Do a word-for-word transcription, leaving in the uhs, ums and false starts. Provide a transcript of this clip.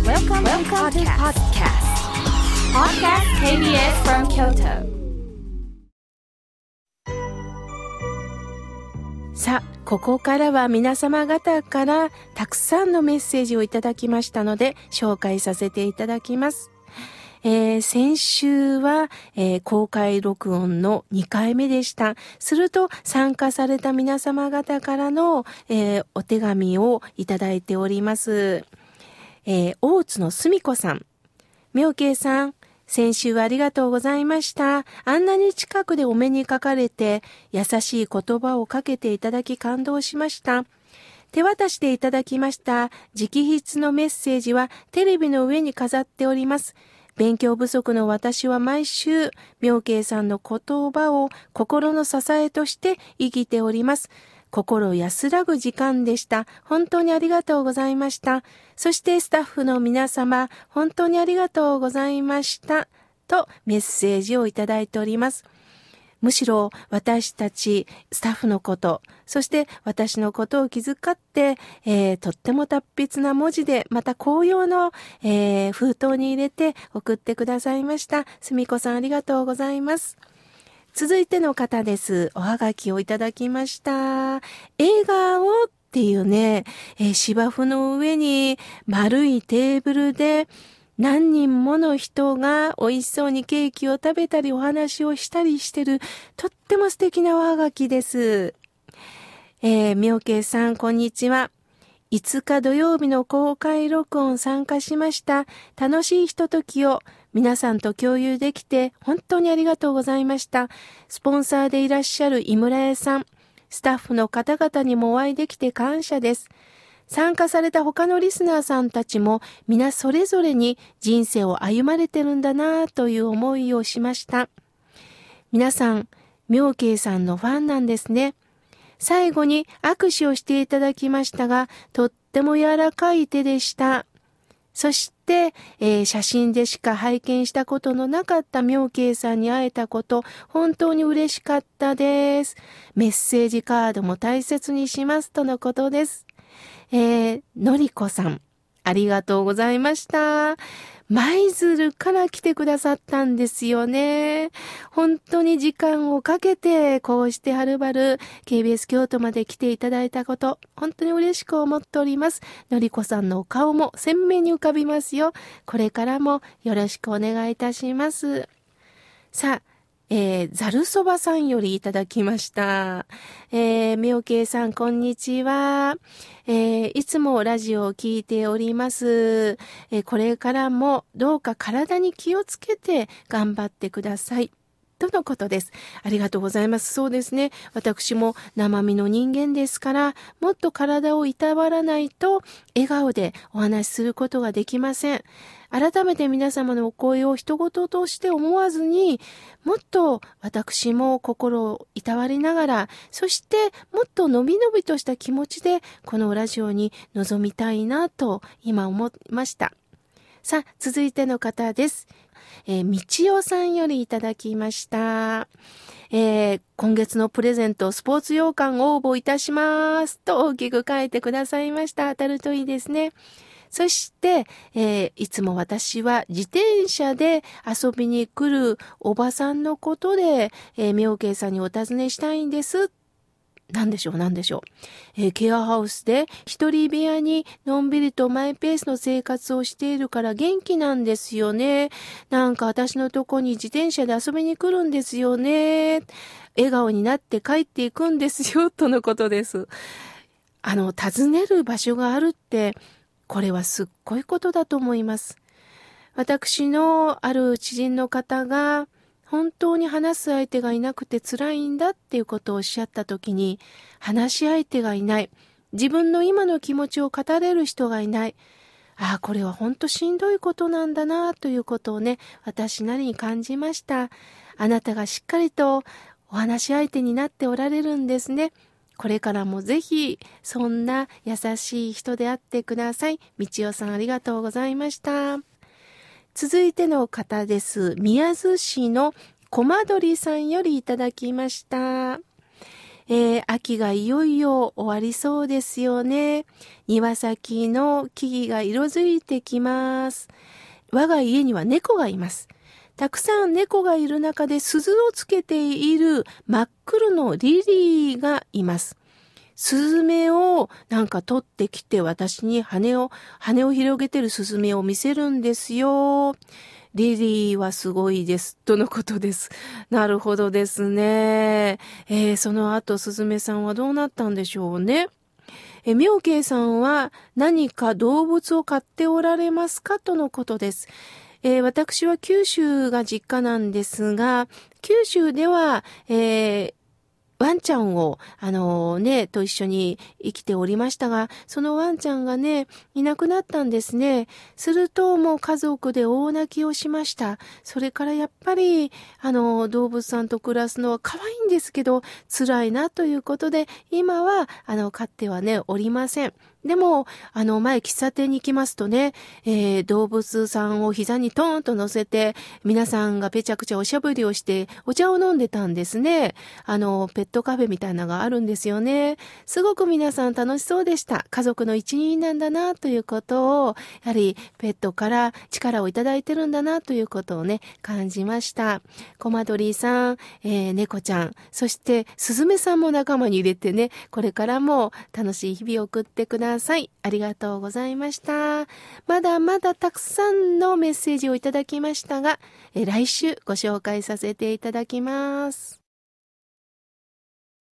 Welcome, Welcome to podcast. Podcast ケービーエス from Kyoto. さあ、ここからは皆様方からたくさんのメッセージをいただきましたので紹介させていただきます。えー、先週は、えー、公開録音のにかいめでした。すると参加された皆様方からの、えー、お手紙をいただいております。えー、大津のすみこさん。妙慶さん、先週はありがとうございました。あんなに近くでお目にかかれて、優しい言葉をかけていただき感動しました。手渡しでいただきました直筆のメッセージはテレビの上に飾っております。勉強不足の私は毎週、妙慶さんの言葉を心の支えとして生きております。心安らぐ時間でした。本当にありがとうございました。そしてスタッフの皆様、本当にありがとうございました。とメッセージをいただいております。むしろ私たちスタッフのこと、そして私のことを気遣って、えー、とっても達筆な文字で、また紅葉の、えー、封筒に入れて送ってくださいました。すみこさんありがとうございます。続いての方です。おはがきをいただきました。笑顔っていうね、えー、芝生の上に丸いテーブルで何人もの人が美味しそうにケーキを食べたりお話をしたりしてる、とっても素敵なおはがきです。えー、妙慶さん、こんにちは。いつか土曜日の公開録音参加しました。楽しいひとときを皆さんと共有できて本当にありがとうございました。スポンサーでいらっしゃる井村屋さん、スタッフの方々にもお会いできて感謝です。参加された他のリスナーさんたちも皆それぞれに人生を歩まれてるんだなという思いをしました。皆さん、妙慶さんのファンなんですね。最後に握手をしていただきましたが、とっても柔らかい手でした。そして、えー、写真でしか拝見したことのなかった妙慶さんに会えたこと、本当に嬉しかったです。メッセージカードも大切にしますとのことです。えー、のりこさん、ありがとうございました。舞鶴から来てくださったんですよね。本当に時間をかけてこうしてはるばる ケービーエス 京都まで来ていただいたこと、本当に嬉しく思っております。のりこさんのお顔も鮮明に浮かびますよ。これからもよろしくお願いいたします。さあ、えー、ざるそばさんよりいただきました。えー、妙慶さん、こんにちは。えー、いつもラジオを聞いております。えー、これからもどうか体に気をつけて頑張ってください。とのことです。ありがとうございます。そうですね。私も生身の人間ですから、もっと体をいたわらないと笑顔でお話しすることができません。改めて皆様のお声を一言として思わずに、もっと私も心をいたわりながら、そしてもっとのびのびとした気持ちでこのラジオに臨みたいなと今思いました。さあ、続いての方です。えー、みちおさんよりいただきました。えー、今月のプレゼント、スポーツ羊羹応募いたします。と大きく書いてくださいました。当たるといいですね。そして、えー、いつも私は自転車で遊びに来るおばさんのことで、えー、妙慶さんにお尋ねしたいんです。なんでしょう、なんでしょう。えー、ケアハウスで一人部屋にのんびりとマイペースの生活をしているから元気なんですよね。なんか私のとこに自転車で遊びに来るんですよね。笑顔になって帰っていくんですよ、とのことです。あの、訪ねる場所があるって、これはすっごいことだと思います。私のある知人の方が、本当に話す相手がいなくて辛いんだっていうことをおっしゃったときに、話し相手がいない。自分の今の気持ちを語れる人がいない。ああ、これは本当しんどいことなんだなということをね、私なりに感じました。あなたがしっかりとお話し相手になっておられるんですね。これからもぜひ、そんな優しい人であってください。みちおさんありがとうございました。続いての方です。宮津市のコマドリさんよりいただきました。 えー、秋がいよいよ終わりそうですよね。庭先の木々が色づいてきます。我が家には猫がいます。たくさん猫がいる中で鈴をつけている真っ黒のリリーがいます。スズメをなんか取ってきて私に羽を、羽を広げてるスズメを見せるんですよ。リリーはすごいです。とのことです。なるほどですね。えー、その後スズメさんはどうなったんでしょうね。え、妙慶さんは何か動物を飼っておられますかとのことです。えー、私は九州が実家なんですが、九州では、えーワンちゃんを、あのね、と一緒に生きておりましたが、そのワンちゃんがね、いなくなったんですね。すると、もう家族で大泣きをしました。それからやっぱり、あの、動物さんと暮らすのは可愛いんですけど、辛いなということで、今は、あの、飼ってはね、おりません。でも、あの、前、喫茶店に行きますとね、えー、動物さんを膝にトーンと乗せて、皆さんがぺちゃくちゃおしゃぶりをして、お茶を飲んでたんですね。あの、ペットカフェみたいなのがあるんですよね。すごく皆さん楽しそうでした。家族の一員なんだな、ということを、やはり、ペットから力をいただいてるんだな、ということをね、感じました。コマドリさん、えー、猫ちゃん、そして、スズメさんも仲間に入れてね、これからも楽しい日々を送ってください。ありがとうございました。まだまだたくさんのメッセージをいただきましたが、え来週ご紹介させていただきます。